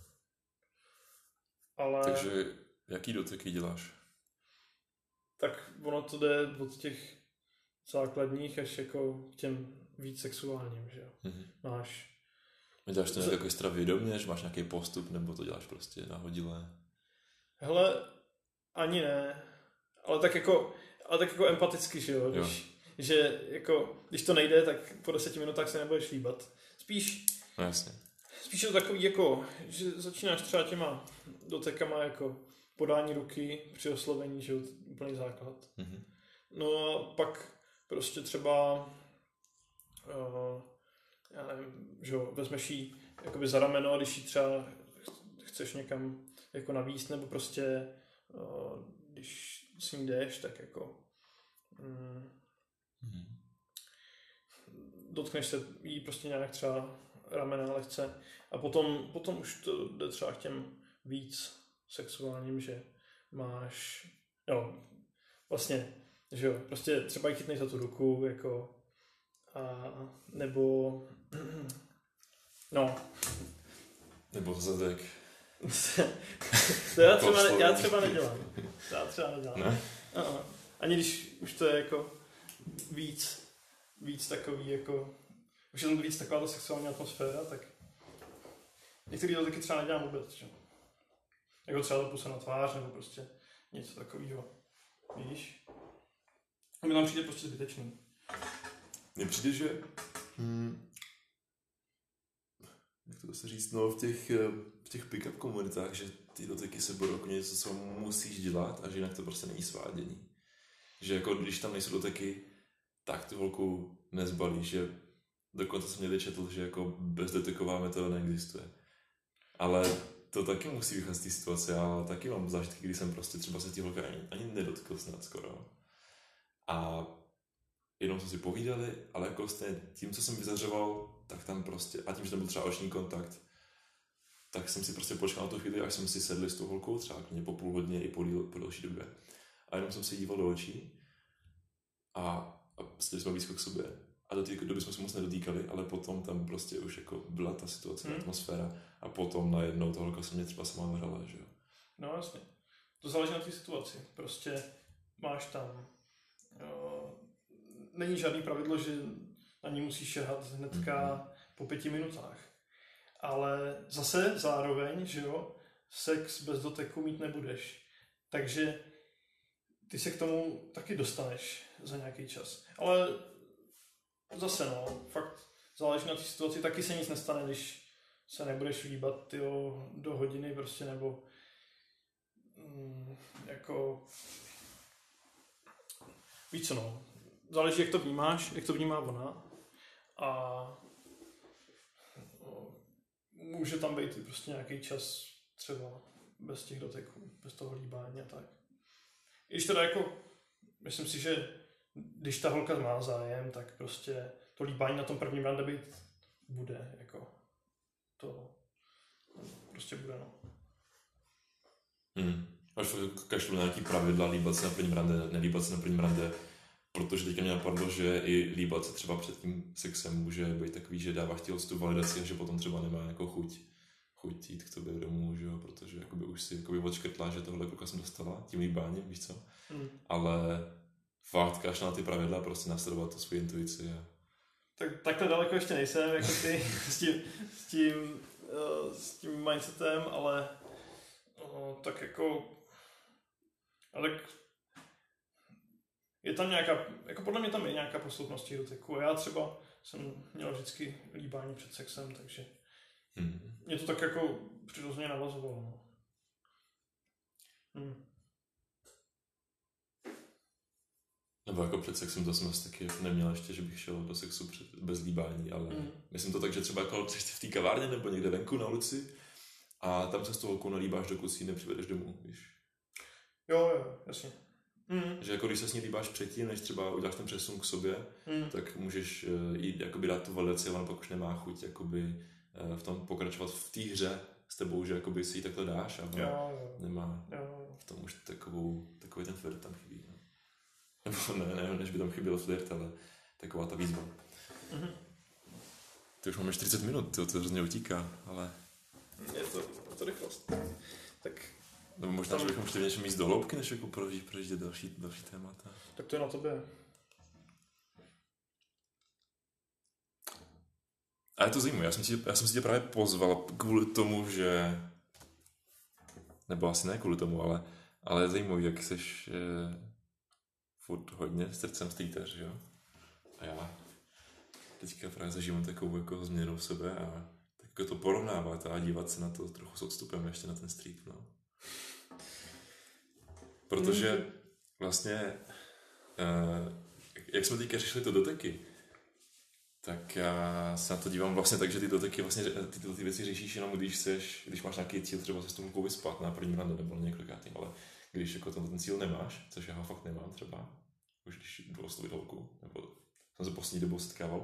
Ale... Takže jaký doteky děláš? Tak ono to jde od těch základních až jako k těm víc sexuálním, že jo. Mm-hmm. Máš... A děláš to nějak jako extra vědomě, že máš nějaký postup, nebo to děláš prostě nahodilé? Hele, ani ne. Ale tak jako, ale tak jako empaticky, že jo. Když, jo. Že jako, když to nejde, tak po deseti minutách se nebudeš líbat. Spíš... No jasně. Spíš je to takový jako, že začínáš třeba těma dotekama jako podání ruky při oslovení, že jo, úplný základ. Mm-hmm. No a pak prostě třeba uh, já nevím, že jo, vezmeš jí jakoby za rameno a když jí třeba chceš někam jako navíst, nebo prostě uh, když s ní jdeš, tak jako um, mm-hmm. dotkneš se jí prostě nějak třeba ramena lehce a potom, potom už to jde třeba k těm víc sexuálním, že máš, jo, vlastně, že jo, prostě třeba jí chytnej za tu ruku, jako, a, nebo, no. Nebo zadek. To já třeba, ne, já třeba nedělám. To já třeba nedělám. Ne? Uh-uh. Ani když už to je jako víc, víc takový, jako, už je tam víc taková ta sexuální atmosféra, tak některý to taky třeba nedělám vůbec, že? Jako třeba to puse na tvář, nebo prostě něco takového. Víš? A mi nám přijde prostě zbytečný. Mně přijde, že hmm, jak to se říct, no v těch, v těch pick-up komunitách, že ty doteky se budou jako něco, co musíš dělat a že jinak to prostě není svádění. Že jako když tam nejsou doteky, tak tu holku nezbalíš, že dokonce jsem někde četl, že jako bezdoteková metoda neexistuje. Ale to taky musí vycházet z té situace. Já taky mám zážitky, kdy jsem prostě třeba se tí holka ani, ani nedotkl snad skoro. A jenom jsme si povídali, ale jako vlastně tím, co jsem vyzařoval, tak tam prostě, a tím, že tam byl třeba oční kontakt, tak jsem si prostě počkal na tu chvíli, až jsme si sedli s tou holkou, třeba po půl hodině i po, díl, po delší době. A jenom jsem se díval do očí a, a prostě jsme blízko k sobě. A do té doby jsme se moc nedotýkali, ale potom tam prostě už jako byla ta situace, hmm. atmosféra a potom najednou ta holka se mě třeba sama vrala, že jo. No jasně. To záleží na té situaci. Prostě máš tam jo, není žádný pravidlo, že na ní musíš šahat hnedka hmm. po pěti minutách. Ale zase zároveň, že jo, sex bez doteku mít nebudeš. Takže ty se k tomu taky dostaneš za nějaký čas. Ale zase no, fakt záleží na té situaci, taky se nic nestane, když se nebudeš líbat tyjo, do hodiny prostě, nebo mm, jako víc co no. Záleží, jak to vnímáš, jak to vnímá ona a no, může tam být prostě nějaký čas třeba bez těch doteků, bez toho líbání a tak. I když teda jako, myslím si, že když ta holka má zájem, tak prostě to líbání na tom prvním rande být bude, jako to prostě bude, no. Hmm. Až kašlu na nějaký pravidla, líbat se na prvním rande, nelíbat se na prvním rande, protože teďka mě napadlo, že i líbat se třeba před tím sexem může být takový, že dává chtělost tu validaci a že potom třeba nemá jako chuť, chuť jít k tobě domů, že jo, protože jakoby už si jakoby odškrtla, že tohle kluka jsem dostala tím líbáním, víš co, hmm. ale fakt kašla na ty pravidla, prostě následovat to svou intuici. A... Tak, takhle daleko ještě nejsem, jako ty s tím, s tím, uh, s tím mindsetem, ale uh, tak jako ale je tam nějaká, jako podle mě tam je nějaká posloupnost těch doteků. Já třeba jsem měl vždycky líbání před sexem, takže hmm. mě to tak jako přirozeně navazovalo. No. Hmm. Nebo jako před sexem to jsem asi taky neměl ještě, že bych šel do sexu před, bez líbání, ale hmm. myslím to tak, že třeba jako jsi v té kavárně nebo někde venku na ulici a tam se s tou holkou nalíbáš, dokud si ji nepřivedeš domů, víš. Jo, jo, jasně. Mm. Že jako když se s ní líbáš předtím, než třeba uděláš ten přesun k sobě, mm. tak můžeš uh, jít jakoby dát tu validaci, ale pak už nemá chuť jakoby, uh, v tom pokračovat v té hře s tebou, že jakoby si ji takhle dáš a jo, jo. nemá jo. v tom už takovou, takový ten flirt tam chybí. No. Nebo ne, ne, než by tam chyběl flirt, ale taková ta výzva. Mm-hmm. Ty už máme čtyřicet minut, to, to hrozně utíká, ale... Je to, je to rychlost. Tak... Nebo možná, tam... že bychom chtěli něčem jít do hloubky, než jako prožít další, další témata. Tak to je na tobě. A je to zajímavé, já jsem si, já jsem si tě právě pozval kvůli tomu, že... Nebo asi ne kvůli tomu, ale, ale je zajímavé, jak seš eh, furt hodně srdcem streeter, že jo? A já teďka právě zažívám takovou jako změnu v sebe a tak jako to porovnávat a dívat se na to trochu s odstupem ještě na ten street, no. Protože vlastně, uh, jak jsme teďka řešili to doteky, tak já se na to dívám vlastně tak, že ty doteky vlastně, ty, ty věci řešíš jenom, když seš, když máš nějaký cíl, třeba se s tomu vyspat na prvním rande nebo několikátým, ale když jako ten, ten cíl nemáš, což já ho fakt nemám třeba, už když jdu oslovit holku, nebo jsem se poslední dobou setkával,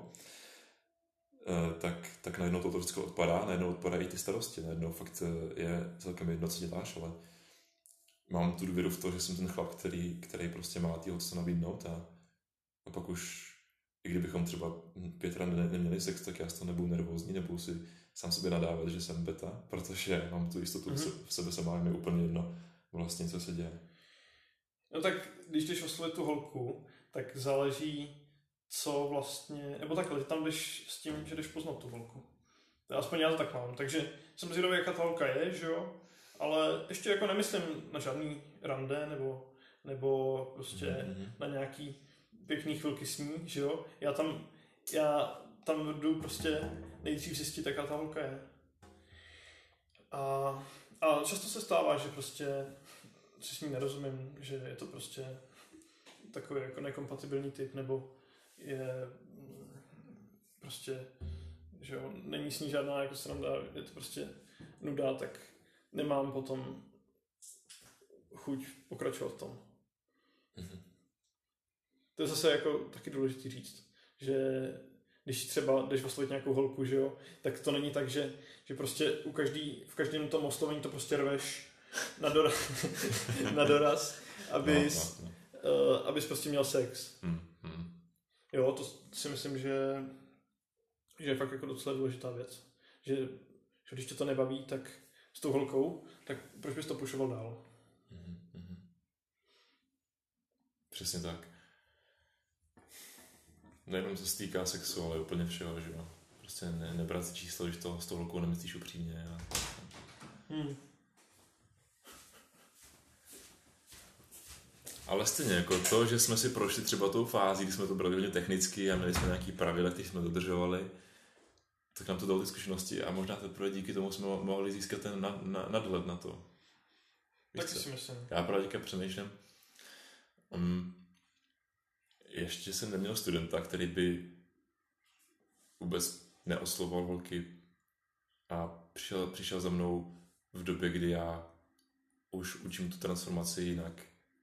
uh, tak, tak najednou to vždycky odpadá, najednou odpadají ty starosti, najednou fakt je celkem jedno, co děláš, ale mám tu důvěru v to, že jsem ten chlap, který, který prostě má tyho co nabídnout a, a pak už, i kdybychom třeba pět ran ne, neměli sex, tak já z toho nebudu nervózní, nebudu si sám sobě nadávat, že jsem beta, protože mám tu jistotu mm-hmm. v sebe sama, je úplně jedno vlastně, co se děje. No tak, když jdeš oslovit tu holku, tak záleží, co vlastně, nebo takhle, tam jdeš s tím, že jdeš poznat tu holku. Aspoň já to tak mám, takže jsem zvědavý, jaká ta holka je, že jo? Ale ještě jako nemyslím na žádný rande, nebo, nebo prostě mm-hmm. na nějaký pěkný chvilky s ní, že jo. Já tam, já tam jdu prostě nejdřív zjistit, jaká ta holka je. A, a často se stává, že prostě si s ní nerozumím, že je to prostě takový jako nekompatibilní typ, nebo je prostě, že jo, není s ní žádná jako sranda, je to prostě nuda, tak nemám potom chuť pokračovat v tom. Mm-hmm. To je zase jako taky důležitý říct, že když třeba jdeš oslovit nějakou holku, že jo, tak to není tak, že, že prostě u každý, v každém tom oslovení to prostě rveš na doraz, na doraz abys, no, no, no. Uh, abys prostě měl sex. Mm-hmm. Jo, to si myslím, že, že je fakt jako docela důležitá věc. Že, že když tě to nebaví, tak s tou holkou, tak proč bys to pušoval dál? Mm-hmm. Přesně tak. Nejenom se stýká sexu, ale úplně všeho, že jo. Prostě ne, nebrat si číslo, když to s tou holkou nemyslíš upřímně. A... Hmm. Ale stejně, jako to, že jsme si prošli třeba tou fází, kdy jsme to brali hodně technicky a měli jsme nějaký pravidla, které jsme dodržovali, tak nám to dalo ty zkušenosti a možná teprve díky tomu jsme mohli získat ten nad, nad, nadhled na to. Víš taky co? Si myslím. Já právě díka přemýšlím. Um, ještě jsem neměl studenta, který by vůbec neoslovoval holky a přišel, přišel za mnou v době, kdy já už učím tu transformaci jinak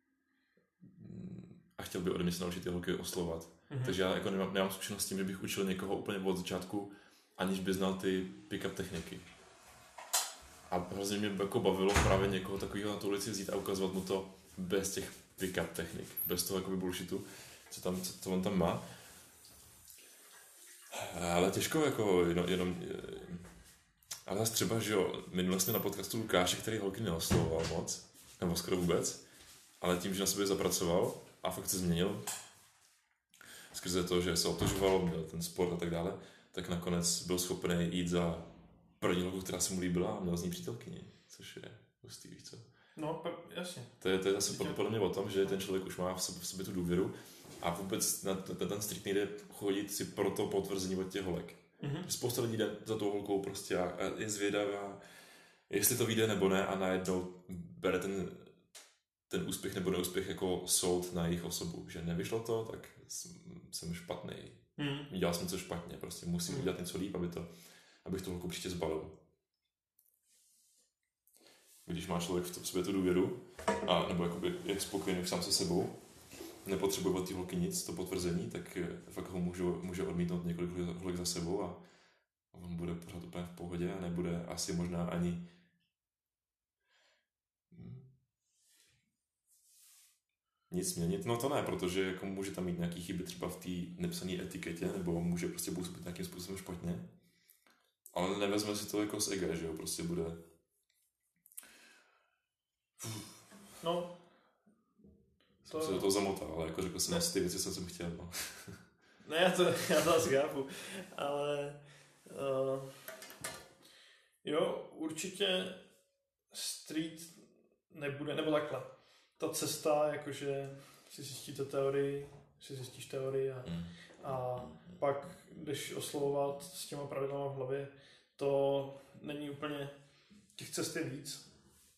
a chtěl by ode mě se naučit ty holky oslovat. Mm-hmm. Takže já jako nemám, nemám zkušenost s tím, že bych učil někoho úplně od začátku, aniž by znal ty pick-up techniky. A hrozně mě jako bavilo právě někoho takového na tu ulici vzít a ukazovat mu to bez těch pick-up technik, bez toho jakoby bullshitu, co, tam, co, co on tam má. Ale těžko jako jenom, jenom ale zase třeba, že jo, minule jsme na podcastu Lukáše, který holky neoslovoval moc, nebo skoro vůbec, ale tím, že na sobě zapracoval a fakt se změnil, skrze to, že se otožoval, měl ten sport a tak dále, tak nakonec byl schopný jít za první holku, která se mu líbila a měl z ní přítelkyni, což je hustý, víš co? No, jasně. To je, to je zase podle mě o tom, že ten člověk už má v sobě, v sobě tu důvěru a vůbec na ten, ten street nejde chodit si pro to potvrzení od těch holek. Mm-hmm. Spousta lidí jde za tou holkou prostě a, a je zvědavá, jestli to vyjde nebo ne a najednou bere ten, ten úspěch nebo neúspěch jako soud na jejich osobu. Že nevyšlo to, tak jsem špatný. Mm. Dělal jsem něco špatně, prostě musím mm. udělat něco líp, aby to, abych tu holku příště zbalil. Když má člověk v sobě tu důvěru a nebo jakoby je spokojený sám se sebou, nepotřebuje od té holky nic, to potvrzení, tak fakt ho může, může odmítnout několik holek za sebou a on bude pořád úplně v pohodě a nebude asi možná ani nic měnit. No to ne, protože jako může tam mít nějaký chyby třeba v té nepsané etiketě nebo může prostě působit nějakým způsobem špatně. Ale nevezme si to jako z ega, že jo, prostě bude no to... jsem se do toho zamotal, ale jako řekl jsem asi ty věci, co jsem chtěl. No. Ne, já to, já to asi chápu, ale uh, jo, určitě street nebude, nebo takhle. Ta cesta, jakože si zjistíte teorii, si zjistíš teorii a, mm. a pak jdeš oslovovat s těma pravidlama v hlavě, to není úplně, těch cest je víc.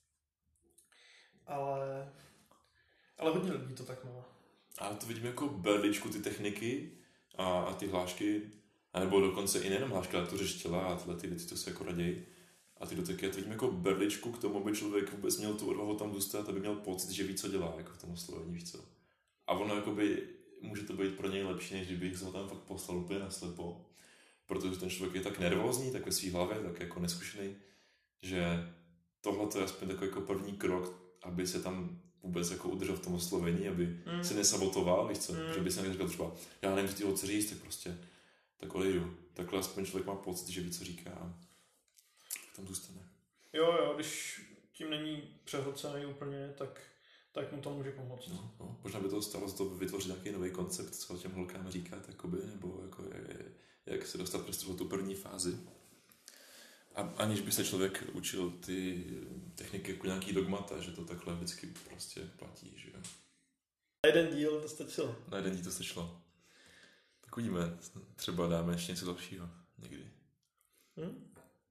Ale, ale hodně lidí to tak má. Ale to vidím jako berličku, ty techniky a, a ty hlášky, anebo dokonce i nejenom hlášky, ale tu řeštěla a tyhle ty věci, to se jako raději. A ty doteky, já to vidím jako berličku k tomu, aby člověk vůbec měl tu odvahu tam zůstat, aby měl pocit, že ví, co dělá, jako v tom oslovení, víš co. A ono jakoby, může to být pro něj lepší, než kdybych se ho tam fakt poslal úplně naslepo. Protože ten člověk je tak nervózní, tak ve svý hlavě, tak jako neskušený, že tohle to je aspoň takový jako první krok, aby se tam vůbec jako udržel v tom oslovení, aby mm. se nesabotoval, víš co, mm. že by se neříkal třeba, já nevím, co ty říct, tak prostě tak odejdu. Takhle aspoň člověk má pocit, že ví, co říká a tam zůstane. Jo, jo, když tím není přehlcený úplně, tak, tak mu to může pomoct. No, no, možná by to stalo za to vytvořit nějaký nový koncept, co těm holkám říkat, jakoby, nebo jako, jak, jak se dostat prostě do tu první fázi. A aniž by se člověk učil ty techniky jako nějaký dogmata, že to takhle vždycky prostě platí, že jo. Na jeden díl to stačilo. Na jeden díl to stačilo. Tak uvidíme, třeba dáme ještě něco dalšího někdy. Hmm?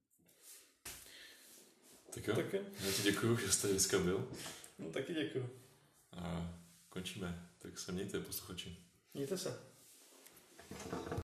Tak jo, tak já ti děkuju, že jste dneska byl. No taky děkuju. A končíme, tak se mějte, posluchači. Mějte se.